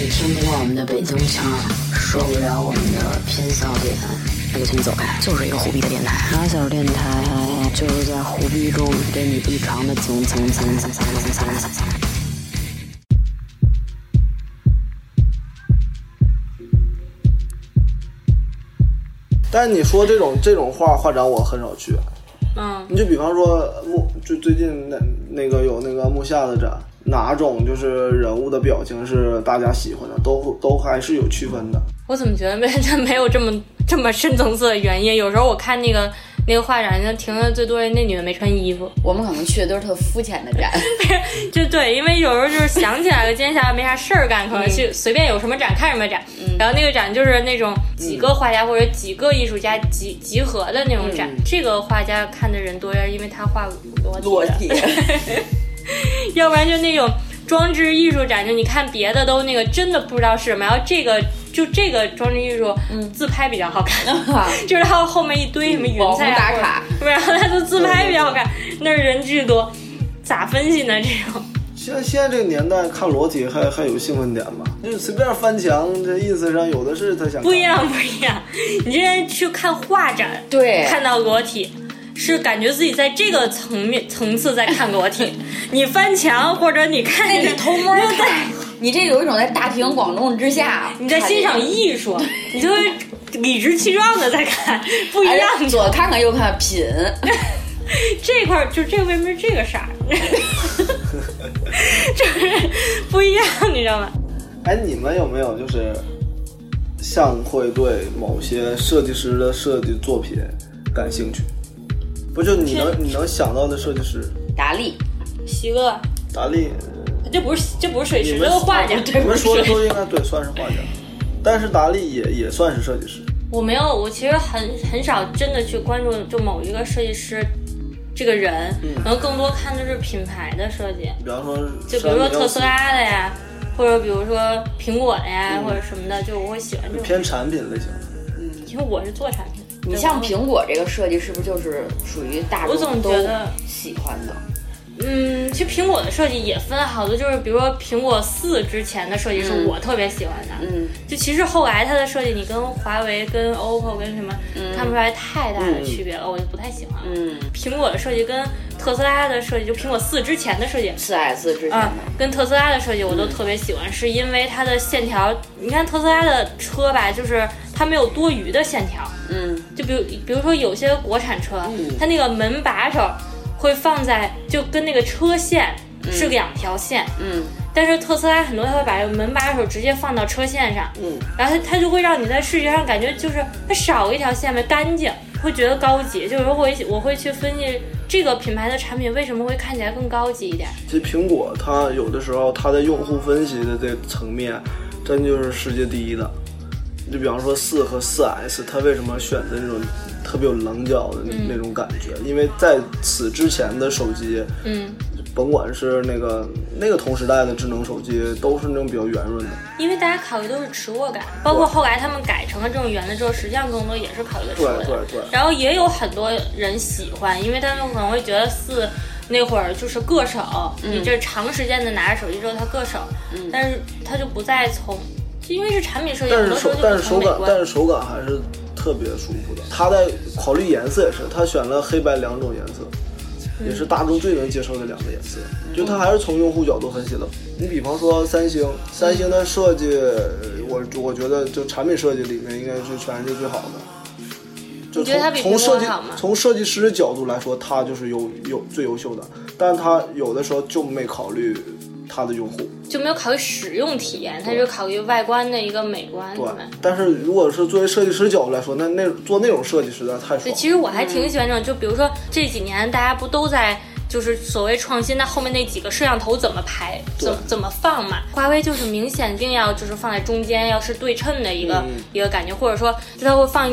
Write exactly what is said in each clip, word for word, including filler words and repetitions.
听不惯我们的北京腔，受不了我们的偏笑点，那就请你走开。就是一个虎逼的电台，马小电台就是在虎逼中给你异常的蹭蹭蹭蹭蹭蹭蹭蹭蹭。 但是你说这种这种画画展我很少去， 嗯， 你就比方说木，就最近那那个有那个木下的展，哪种就是人物的表情是大家喜欢的，都都还是有区分的。 我怎么觉得没没有这么这么深层次的原因？有时候我看那个那个画展，那停的最多那女的没穿衣服。 我们可能去的都是特肤浅的展， 就对，因为有时候就是想起来了，今天下午没啥事儿干，可能去随便有什么展看什么展。嗯、然后那个展就是那种几个画家或者几个艺术家集集合的那种展，嗯、这个画家看的人多点，因为他画裸体。 裸体要不然就那种装置艺术展，就你看别的都那个真的不知道是什么，然后这个就这个装置艺术，嗯，自拍比较好看，嗯、就是它后面一堆什么云彩打卡， 不然后它就自拍比较好看，那人巨多，咋分析呢？这种。 现在现在这个年代看裸体还还有兴奋点吗？就是随便翻墙，这意思上有的是他想看。 不一样不一样，你之前去看画展， 对， 看到裸体。是感觉自己在这个层面层次在看裸体，你翻墙或者你看， 那你偷摸看，你这有一种在大庭广众之下， 你在欣赏艺术，你就会理直气壮的在看，不一样。 左看看右看品， 这块就这为什么是这个色儿，就是不一样，你知道吗？ 哎，你们有没有就是像会对某些设计师的设计作品感兴趣？不就你能你能想到的设计师， 达利、 席勒、 达利， 这不是这不是设计师，这个画家。 你们说的都应该对，算是画家，但是达利也也算是设计师。 我没有，我其实很很少真的去关注就某一个设计师这个人，嗯、然后更多看的是品牌的设计， 比方说就比如说特斯拉的呀，或者比如说苹果的呀，嗯、或者什么的，就我会喜欢这种偏产品类型的。 嗯，因为我是做产品。 你像苹果这个设计是不是就是属于大众都喜欢的？ 嗯，其实苹果的设计也分好多，就是比如说苹果四之前的设计是我特别喜欢的，嗯，就其实后来它的设计你跟华为、跟 O P P O 跟什么、嗯、看不出来太大的区别了，嗯、我就不太喜欢了。嗯，苹果的设计跟特斯拉的设计，就苹果四之前的设计， 四 S 之前的、 啊，跟特斯拉的设计我都特别喜欢，嗯、是因为它的线条，你看特斯拉的车吧，就是它没有多余的线条，嗯，就比如比如说有些国产车，嗯、它那个门把手会放在就跟那个车线是两条线，嗯，但是特斯拉很多它会把门把手直接放到车线上，嗯，然后它它就会让你在视觉上感觉就是它少一条线呗，干净，会觉得高级。就是我会我会去分析这个品牌的产品为什么会看起来更高级一点。 其实苹果它有的时候它的用户分析的这层面，真就是世界第一的。就比方说四和四 S， 它为什么选择那种特别有棱角的那种感觉？嗯、因为在此之前的手机，嗯，甭管是那个那个同时代的智能手机，都是那种比较圆润的。 因为大家考虑都是持握感，包括后来他们改成了这种圆的之后，实际上更多也是考虑的持握感。 对对对。 然后也有很多人喜欢，因为他们可能会觉得四那会儿就是硌手，嗯、你这长时间的拿着手机之后它硌手，嗯、但是它就不再从。因为是产品设计， 但是手但是手感但是手感还是特别舒服的。他在考虑颜色也是，他选了黑白两种颜色，嗯、也是大众最能接受的两个颜色。嗯、就他还是从用户角度分析了。你比方说三星，三星的设计，我我觉得就产品设计里面应该是全世界最好的。就从从设计从设计师的角度来说，他就是优优最优秀的，但他有的时候就没考虑他的用户， 就没有考虑使用体验，他就考虑外观的一个美观。 对，但是如果是作为设计师角度来说，那那做那种设计实在太爽了。 对，其实我还挺喜欢这种，嗯、就比如说这几年大家不都在就是所谓创新，那后面那几个摄像头怎么排，怎么怎么放嘛？华为就是明显定要就是放在中间，要是对称的一个、嗯、一个感觉，或者说它会放一个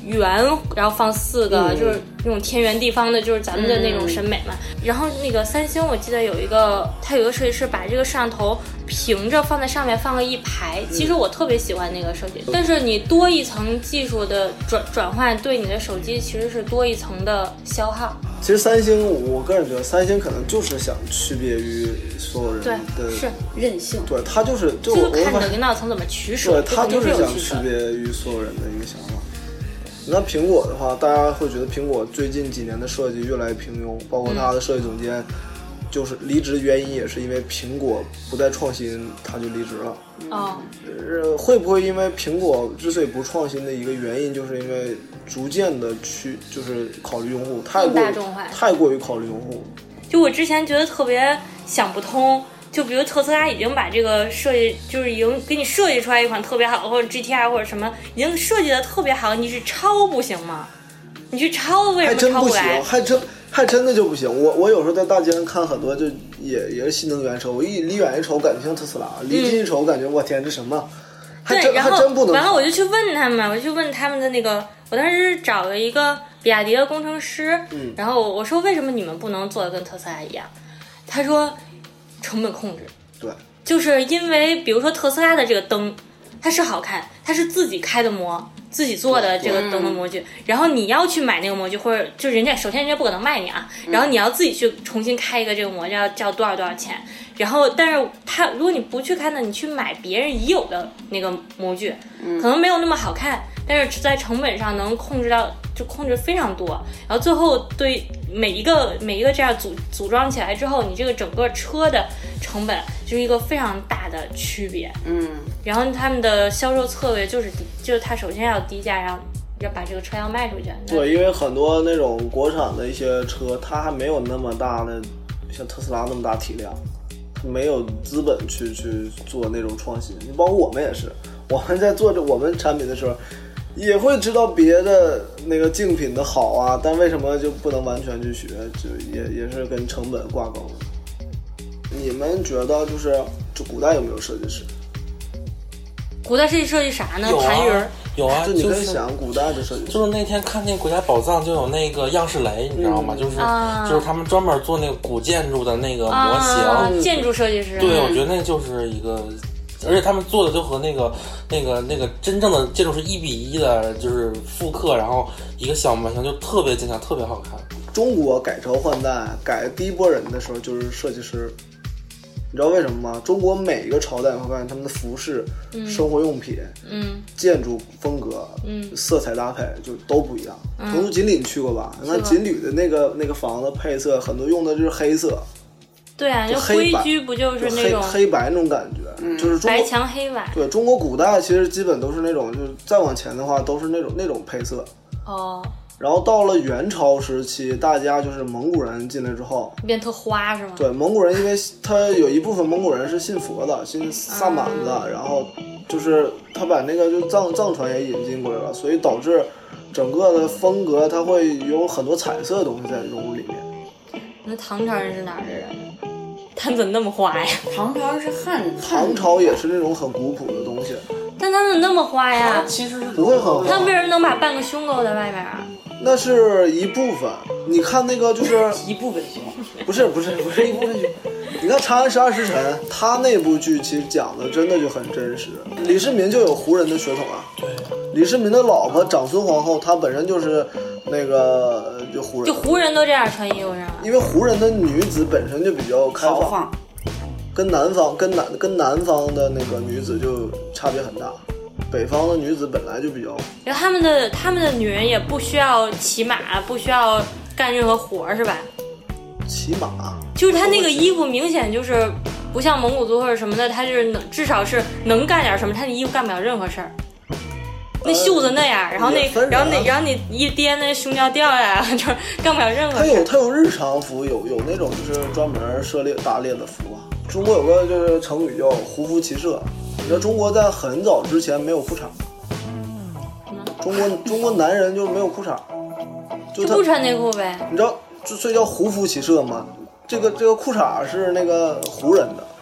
圆，然后放四个、嗯、就是那种天圆地方的，就是咱们的那种审美嘛、嗯、然后那个三星我记得有一个它有一个设计师把这个摄像头平着放在上面放了一排，其实我特别喜欢那个设计、嗯、但是你多一层技术的转转换对你的手机其实是多一层的消耗。 其实三星我个人觉得三星可能就是想区别于所有人的对是韧性， 对他就是就就是看你的领导层怎么取舍， 对他就是想区别于所有人的一个想法。那苹果的话，大家会觉得苹果最近几年的设计越来越平庸，包括它的设计总监就是离职原因也是因为苹果不再创新，他就离职了。 哦、 呃，会不会因为苹果之所以不创新的一个原因，就是因为逐渐的去就是考虑用户太过大众化， 太过于考虑用户。 就我之前觉得特别想不通。就比如特斯拉已经把这个设计，就是已经给你设计出来一款特别好，或者 G T R 或者什么，已经设计的特别好，你是抄不行吗？你去抄为什么抄不来？ 还真还真的就不行。我我有时候在大街上看很多，就也也是新能源车，我一离远一瞅感觉像特斯拉，离近一瞅感觉、嗯、我天这什么？还真对，然后还真不能。 完了我就去问他们，我就去问他们的那个，我当时找了一个比亚迪的工程师， 嗯， 然后我说为什么你们不能做的跟特斯拉一样？他说成本控制。 对， 就是因为比如说特斯拉的这个灯它是好看，它是自己开的模自己做的这个灯的模具，然后你要去买那个模具，或者就人家首先人家不可能卖你啊，然后你要自己去重新开一个这个模具要交多少多少钱，然后但是它如果你不去开呢，你去买别人已有的那个模具可能没有那么好看，但是在成本上能控制到就控制非常多，然后最后对每一个每一个这样组组装起来之后，你这个整个车的成本就是一个非常大的区别。 嗯， 然后他们的销售策略就是就是他首先要低价，然后要把这个车要卖出去。 对，因为很多那种国产的一些车，它还没有那么大的像特斯拉那么大体量，没有资本去去做那种创新。你包括我们也是，我们在做着我们产品的时候也会知道别的那个竞品的好啊，但为什么就不能完全去学，就也也是跟成本挂钩。你们觉得就是就古代有没有设计师？ 古代设计设计啥呢？ 有啊， 盘云有啊， 就你可以想古代的设计师， 就是那天看那国家宝藏就有那个样式雷，你知道吗？嗯、就是、啊、就是他们专门做那个古建筑的那个模型， 啊、建筑设计师。 对，我觉得那就是一个。而且他们做的就和那个、那个、那个真正的建筑是一比一的，就是复刻，然后一个小模型就特别精巧，特别好看。 中国改朝换代改第一波人的时候就是设计师，你知道为什么吗？中国每一个朝代会发现他们的服饰、嗯、生活用品、 嗯、 建筑风格、 嗯、 色彩搭配就都不一样。 嗯、 成都锦里你去过吧？那锦里的那个那个房子配色很多用的就是黑色。 对啊，就灰居不就是那种黑, 黑白那种感觉、嗯、就是中国白墙黑瓦。 对，中国古代其实基本都是那种，就是再往前的话都是那种那种配色。 哦。 然后到了元朝时期，大家就是蒙古人进来之后变特花是吗？ 对，蒙古人因为他有一部分蒙古人是信佛的，信萨满的、嗯、然后就是他把那个就藏藏传也引进过来了，所以导致整个的风格它会有很多彩色的东西在融入里面。 那唐朝人是哪儿的人？他怎么那么花呀？ 唐朝是汉， 唐朝也是那种很古朴的东西， 但他们怎么那么花呀？ 其实不会很花。 他们为什么能把半个胸露在外面啊？ 那是一部分。你看那个就是一部分胸， 不是不是不是一部分胸。你看《长安十二时辰》，他那部剧其实讲的真的就很真实。李世民就有胡人的血统啊。 对。 李世民的老婆长孙皇后，她本身就是那个就胡人。 就胡人都这样穿衣服是吗？ 因为胡人的女子本身就比较开放， 放跟南方跟南跟南方的那个女子就差别很大。北方的女子本来就比较， 然后他们的他们的女人也不需要骑马，不需要干任何活是吧？ 骑马就是她那个衣服明显就是不像蒙古族或者什么的，她就是能至少是能干点什么，她的衣服干不了任何事儿。那袖子那样，呃、然后那然后那然后你一颠，那胸罩掉下来了，就是干不了任何事。 它有它有日常服，有有那种就是专门涉猎打猎的服啊。中国有个就是成语叫胡服骑射。你知道中国在很早之前没有裤衩，中国中国男人就没有裤衩，就他不穿内裤呗。 你知道，就所以叫胡服骑射吗？这个这个裤衩是那个胡人的，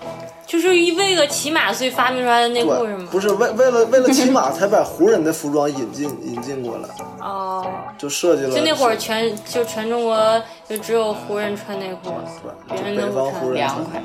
就是为了骑马所以发明出来的内裤是吗？ 不是为为了为了骑马才把胡人的服装引进引进过来。 哦， 就设计了。 就那会儿全就全中国就只有胡人穿内裤，别人都不穿， 凉快。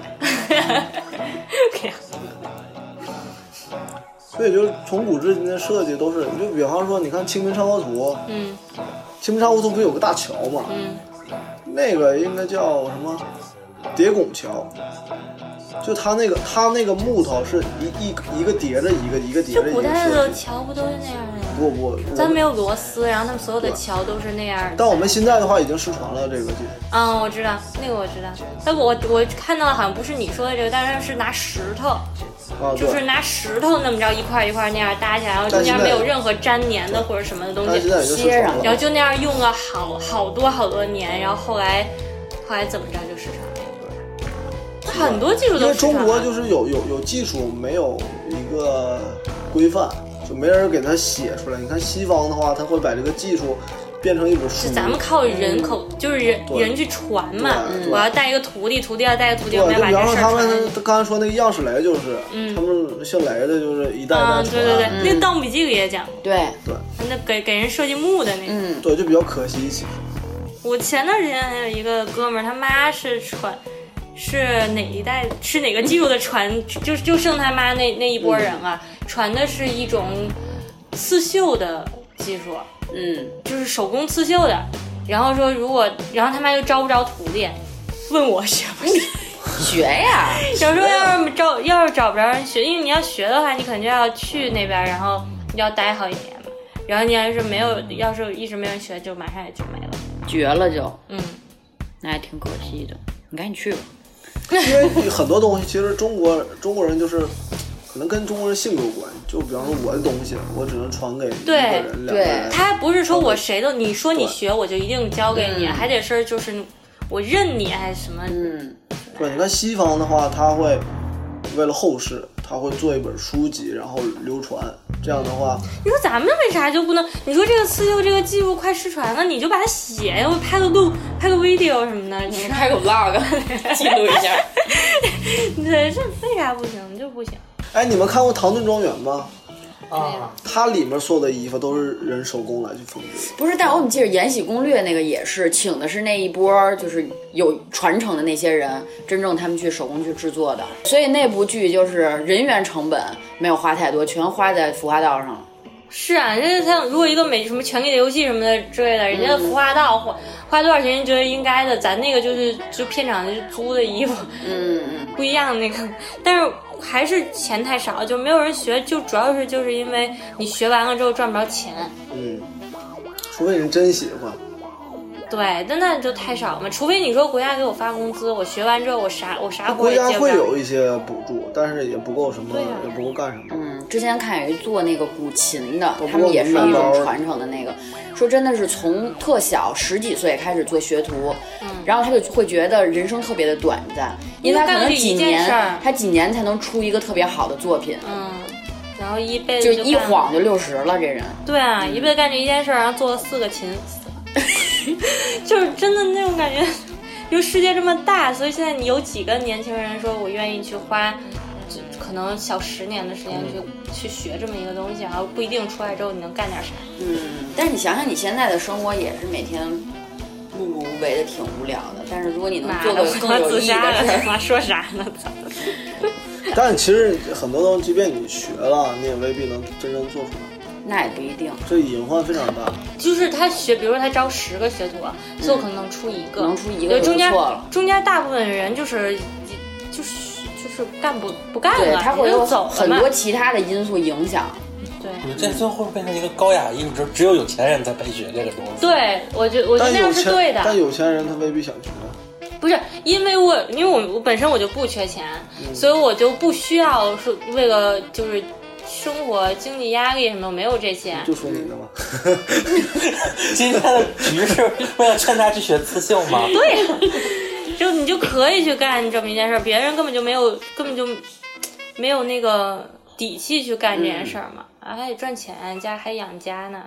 所以就从古至今的设计都是，就比方说你看《清明上河图》， 嗯，《 清明上河图》不有个大桥吗？ 嗯， 那个应该叫什么叠拱桥。就它那个，它那个木头是一一一个叠着一个，一个叠着一个。 就古代的桥不都是那样的呀？ 不不， 咱没有螺丝，然后他们所有的桥都是那样的。 但我们现在的话已经失传了这个技术。 嗯，我知道那个我知道，但我我看到的好像不是你说的这个，但是是拿石头， 啊、 就是拿石头那么着一块一块那样搭起来，然后中间没有任何粘粘的或者什么的东西接上，然后就那样用了好好多好多年，然后后来后来怎么着就失传了。很多技术都因为中国就是有有有技术没有一个规范，就没人给它写出来。你看西方的话，他会把这个技术变成一本书。 是咱们靠人口，嗯、就是人人去传嘛。我要带一个徒弟，徒弟要带一个徒弟，我们要把这事儿传。 他们刚才说那个样式雷就是，嗯、他们姓雷的就是一代代传。 嗯，对对对，嗯、那《盗墓笔记》里也讲。 对对。 那给给人设计墓的那个。 嗯， 对，就比较可惜其实。 我前段时间还有一个哥们儿，他妈是传。是哪一代？是哪个技术的传？就就剩他妈那那一波人啊，嗯、传的是一种刺绣的技术， 嗯， 就是手工刺绣的。然后说如果，然后他妈又招不着徒弟，问我学不学？ 学呀。 有时候要是招，要是找不着人学，因为你要学的话，你肯定要去那边，然后要待好几年嘛。然后你要是没有，要是一直没人学，就马上也就没了， 绝了就。 嗯， 那还挺可惜的。你赶紧去吧。 因为很多东西其实中国中国人就是可能跟中国人性格有关，就比方说我的东西我只能传给一个人两个人， 他不是说我谁都你说你学我就一定教给你，还得是就是我认你还是什么。 嗯， 对，你看西方的话他会为了后世他会做一本书籍然后流传，这样的话你说咱们为啥就不能，你说这个刺绣这个技术快失传了，你就把它写，要不拍个录拍个 video 什么的， 你拍个 vlog 记录一下。 对，这为啥不行就不行。 哎，你们看过唐顿庄园吗？ 啊， 它里面所有的衣服都是人手工来去缝制。 不是，但我们记得《延禧攻略》那个也是请的是那一波就是有传承的那些人，真正他们去手工去制作的，所以那部剧就是人员成本没有花太多，全花在服化道上了。 是啊，人家像如果一个美什么《权力的游戏》什么的之类的，人家服化道花花多少钱，人觉得应该的，咱那个就是就片场就租的衣服， 嗯嗯， 不一样那个，但是还是钱太少，就没有人学，就主要是就是因为你学完了之后赚不着钱， 嗯，除非你真喜欢。 对，但那就太少嘛。除非你说国家给我发工资，我学完之后我啥我啥活也接不了。 国家会有一些补助，但是也不够什么，啊、也不够干什么。 嗯，之前看有一做那个古琴的，他们也是一种传承的那个，说真的是从特小十几岁开始做学徒， 嗯， 然后他就会觉得人生特别的短暂，因为他可能几年，他几年才能出一个特别好的作品。 嗯。然后一辈子就一晃就六十了，这人。 对啊，嗯、一辈子干这一件事，然后做了四个琴。就是真的那种感觉，就世界这么大，所以现在你有几个年轻人说我愿意去花可能小十年的时间去、嗯、去学这么一个东西，然后不一定出来之后你能干点啥。 嗯，但是你想想你现在的生活也是每天碌碌无为的，挺无聊的，但是如果你能做个更有意义的事儿， 说啥呢？ 但其实很多东西即便你学了你也未必能真正做出来， 那也不一定， 这隐患非常大。 就是他学，比如说他招十个学徒，最后可能能出一个， 能出一个就中间错了。 中间大部分人就是就是就是干不不干了， 对，他会有走很多其他的因素影响。 对， 这最后会变成一个高雅艺术，只只有有钱人才配学这个东西。 对，我觉我觉得那样是对的。 但有钱人他未必想学。 不是因为我，因为我我本身我就不缺钱，嗯、所以我就不需要说为了就是生活经济压力什么，没有这些。 就说你的嘛。 今天的局是为了劝他去学刺绣吗？ 对，就你就可以去干这么一件事，别人根本就没有，根本就没有那个底气去干这件事嘛，嗯、啊，还得赚钱，家还养家呢。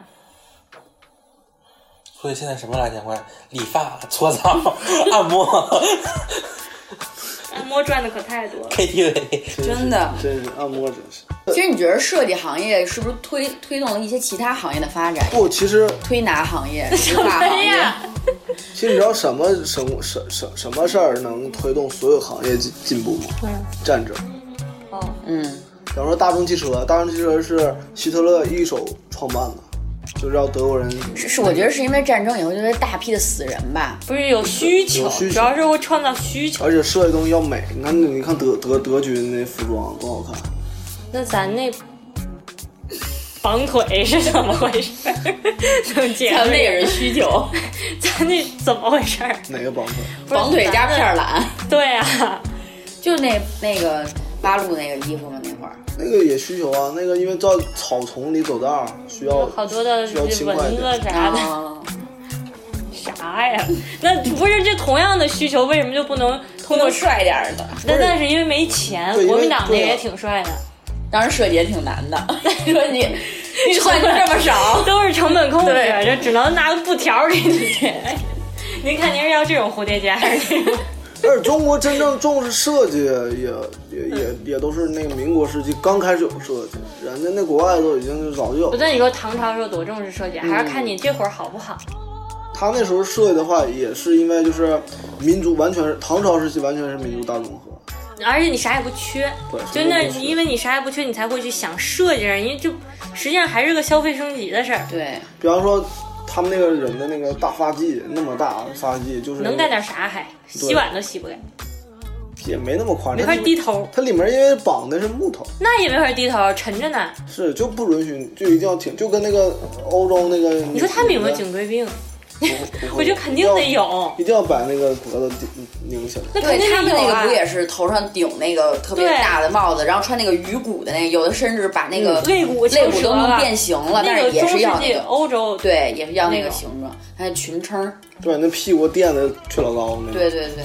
所以现在什么来钱快？理发、搓澡、按摩。 按摩赚的可太多了。 K T V 真的， 真是按摩真是。 其实你觉得设计行业是不是推推动了一些其他行业的发展？ 不，其实推拿行业、理发行业。 其实你知道什么什么什什什么事儿能推动所有行业进进步吗？ 嗯， 战争。 哦， 嗯， 比方说大众汽车，大众汽车是希特勒一手创办的，就是让德国人。 是是，我觉得是因为战争以后就是大批的死人吧。 不是有需求， 有需求主要是会创造需求。 而且设计东西要美，你看你看德德德军那服装多好看。 那咱那绑腿是怎么回事？能解释？ 咱们那也是需求， 咱那怎么回事？ 哪个绑腿？ 绑腿加片懒。 对啊， 就那那个八路那个衣服嘛，那会儿。 那个也需求啊，那个因为在草丛里走道需要好多的需要轻快蚊子一点。 啥的。 啊啥呀？那不是这同样的需求，为什么就不能通过帅点的？ 那那是因为没钱。 对国民党那个对啊也挺帅的， 当然设计也挺难的。说你预算就这么少， 都是成本控制， 对这只能拿个布条给你。您看您是要这种蝴蝶结还是这种？ 而中国真正重视设计，也也也也都是那个民国时期刚开始有设计，人家那国外都已经早就有不。对，你说唐朝时候多重视设计，还是看你这会儿好不好。 他那时候设计的话，也是因为就是民族完全是唐朝时期完全是民族大融合， 而且你啥也不缺， 对就那什么都不缺因为你啥也不缺，你才会去想设计人，因为就实际上还是个消费升级的事儿。 对， 比方说他们那个人的那个大发髻，那么大发髻，就是能干点啥还洗碗都洗不干， 也没那么夸张， 没法低头， 它里面因为绑的是木头， 那也没法低头，沉着呢。 是就不允许，就一定要挺，就跟那个欧洲那个。 你说他们有没有颈椎病？我觉得肯定得有， 一定要把那个脖子拧起来。 那肯定对他们那有啊个不也是头上顶那个特别大的帽子，然后穿那个鱼骨的那个，有的甚至把那个肋骨肋骨都能变形了，但是也是要那个欧洲对，也是要那个那个形状，还有裙撑。 对，那屁股垫的去老高那个。 对对对，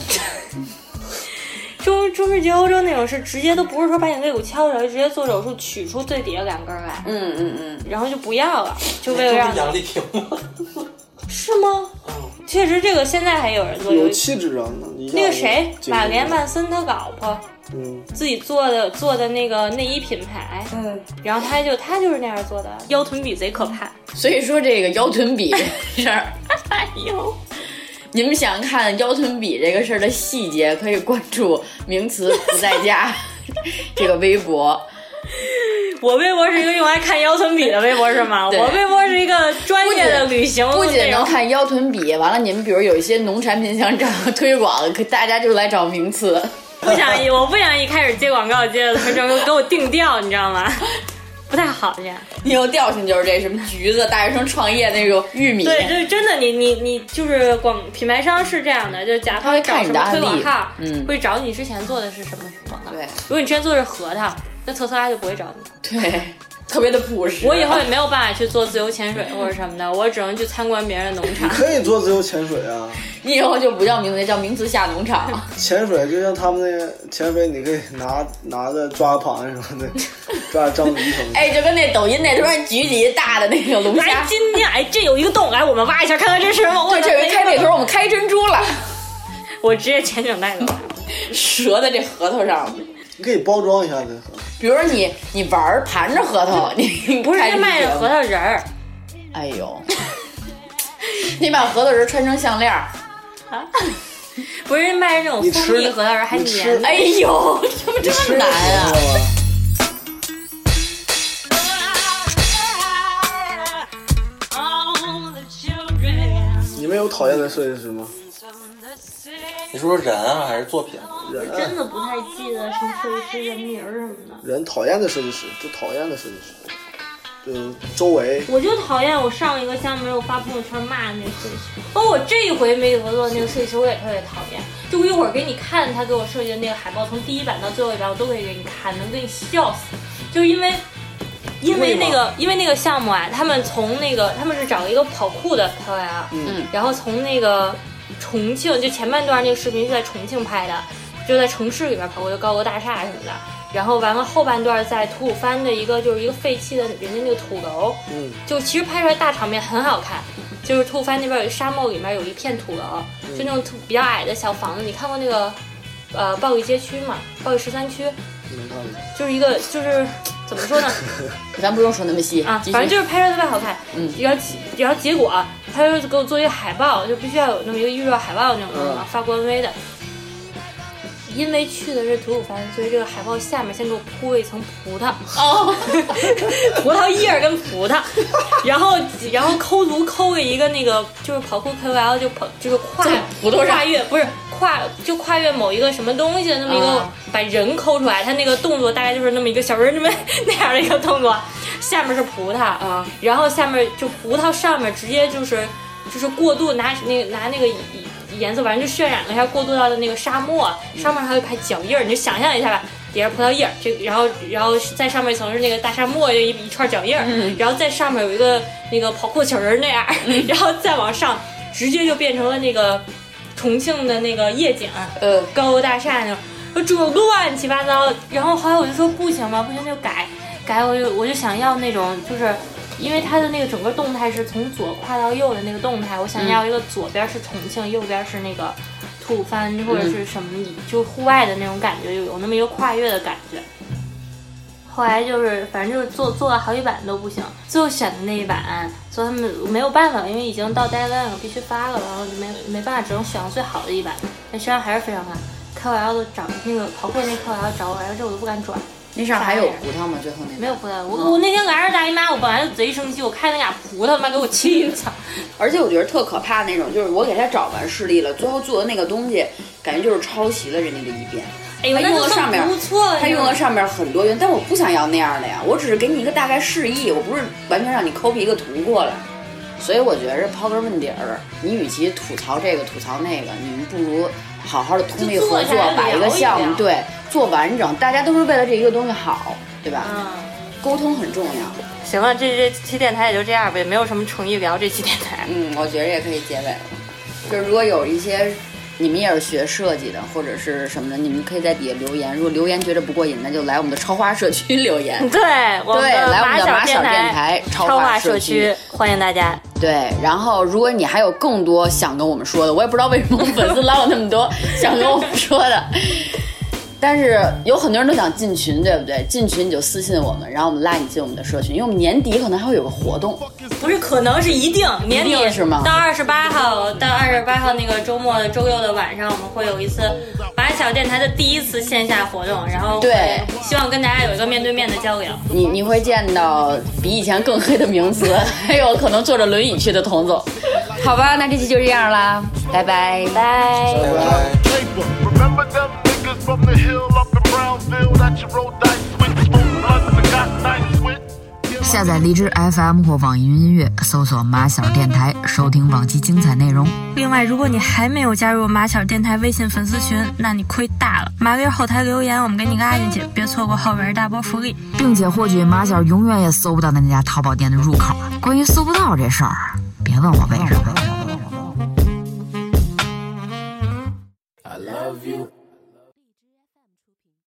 中中世纪欧洲那种是直接都不是说把你肋骨敲出来，直接做手术取出最底下两根来， 嗯嗯嗯， 然后就不要了，就为了让这不是杨丽萍吗？ 是吗？确实，这个现在还有人做。 有气质啊， 那个谁，玛莲曼森他老婆， 嗯， 自己做的做的那个内衣品牌， 嗯， 然后他就他就是那样做的，腰臀比贼可怕。 所以说这个腰臀比这事儿，哎呦。你们想看腰臀比这个事儿的细节，可以关注名词不在家这个微博。 我微博是一个用来看腰臀比的微博是吗？我微博是一个专业的旅行， 不仅能看腰臀比，完了你们比如有一些农产品想找推广，可大家就来找名词。 不想一，我不想一开始接广告接的他就给我定调，你知道吗？不太好这样。 你有调性就是这什么橘子，大学生创业那种玉米。 对，就是真的，你你你就是广品牌商是这样的，就假如他会找什么推广号， 嗯， 会找你之前做的是什么广告。 对， 如果你之前做的是核桃，那特斯拉就不会找你。 对，特别的朴实。 我以后也没有办法去做自由潜水或者什么的，我只能去参观别人的农场。 你可以做自由潜水啊。 你以后就不叫名字，叫名词下农场。 潜水就像他们那个潜水，你可以拿拿着抓螃蟹什么的，抓章鱼什么的。 哎，就跟那抖音那突然举起一大的那个龙虾。 来，今天哎，这有一个洞，来我们挖一下，看看这是什么。 对，这回开背头，我们开珍珠了。 我直接潜水带走， 折在这核桃上。 你可以包装一下这核桃。 比如说你你玩盘着核桃，你不是卖的核桃仁儿。 哎呦，你把核桃仁穿成项链。 啊，不是卖那种蜂蜜核桃仁还黏， 哎呦，怎么这么难啊！ 你们有讨厌的设计师吗？ 你说人啊，还是作品？ 人我真的不太记得什么设计师人名什么的。 人讨厌的设计师，就讨厌的设计师，就周围。 我就讨厌我上一个项目没有发朋友圈骂那个设计师，包括我这一回没合作的那个设计师，我也特别讨厌。就我一会儿给你看他给我设计的那个海报，从第一版到最后一版我都可以给你看，能给你笑死。就因为。因为那个，因为那个项目啊，他们从那个他们是找了一个跑酷的导演，嗯，然后从那个重庆，就前半段那个视频是在重庆拍的，就在城市里边跑过，就高楼大厦什么的。然后完了后半段在吐鲁番的一个就是一个废弃的人家那个土楼，嗯，就其实拍出来大场面很好看。就是吐鲁番那边有沙漠里面有一片土楼，就那种比较矮的小房子。你看过那个呃报义街区嘛，报义十三区， 没看过， 就是一个就是怎么说呢？ 咱不用说那么细啊，反正就是拍摄特别好看。 嗯， 然后然后结果他就给我做一个海报，就必须要有那么一个预热海报那种的嘛，发官微的。因为去的是吐鲁番，所以这个海报下面先给我铺了一层葡萄哦， 葡萄叶跟葡萄，然后然后抠图抠了一个那个就是跑酷 K O L 就跑就是跨葡萄跨越不是跨就跨越某一个什么东西的那么一个、啊、把人抠出来，他那个动作大概就是那么一个小人这么那样的一个动作，下面是葡萄啊，然后下面就葡萄上面直接就是就是过度拿那个拿那个。颜色反正就渲染了一下，过渡到的那个沙漠，上面还有一排脚印儿，你就想象一下吧，底下葡萄叶，这然后然后在上面一层是那个大沙漠，一一串脚印儿、嗯，然后在上面有一个那个跑酷小人那样、嗯，然后再往上，直接就变成了那个重庆的那个夜景，呃，高楼大厦那种，这种乱七八糟。然后后来我就说不行吧，不行就改改，我就我就想要那种就是。因为它的那个整个动态是从左跨到右的那个动态，我想要一个左边是重庆，右边是那个吐鲁番或者是什么，就户外的那种感觉，有那么一个跨越的感觉。后来就是反正就是做做了好几版都不行，最后选的那一版，所以他们没有办法，因为已经到 deadline 了，必须发了，然后就没没办法，只能选到最好的一版。但实际上还是非常难 ，K O L 都找那个跑酷那 K O L 找我来，这我都不敢转。 那上还有葡萄吗？最后那没有葡萄，我、嗯、我那天来着大姨妈，我本来就贼生气，我看那俩葡萄，妈给我气的。 而且我觉得特可怕那种，就是我给他找完示例了，最后做的那个东西，感觉就是抄袭了人家的一遍。 哎呦， 他用了上面不错， 他用了上面很多元，但我不想要那样的呀，我只是给你一个大概示意，我不是完全让你 copy 一个图过来。所以我觉着抛根问底儿，你与其吐槽这个吐槽那个，你们不如好好的通力合作，把一个项目对做完整，大家都是为了这一个东西好。对吧？嗯，沟通很重要。 行了，这这期电台也就这样呗，没有什么诚意聊这期电台。 嗯，我觉得也可以结尾了。就是如果有一些你们也是学设计的或者是什么的，你们可以在底下留言。如果留言觉得不过瘾，那就来我们的超话社区留言。 对，我对，来我们的马小电台超话社区，欢迎大家。 对，然后如果你还有更多想跟我们说的，我也不知道为什么我们粉丝老有那么多想跟我们说的。但是有很多人都想进群，对不对？进群你就私信我们，然后我们拉你进我们的社群，因为我们年底可能还会有个活动。 不是可能是一定年底是吗？ 到二十八号，到二十八号那个周末的周六的晚上，我们会有一次马小电台的第一次线下活动，然后对， 希望跟大家有一个面对面的交流。 你你会见到比以前更黑的名词，还有可能坐着轮椅去的童总。好吧，那这期就这样啦，拜拜拜拜。From the hill up in Brownville that you roll dice with, smoke blunts and got nice with. 下载荔枝 F M 或网易云音乐，搜索马小电台，收听往期精彩内容。 另外，如果你还没有加入马小电台微信粉丝群，那你亏大了。马哥后台留言，我们给你拉进去，别错过后边大波福利， 并且获取马小永远也搜不到的那家淘宝店的入口。关于搜不到这事儿，别问我为什么。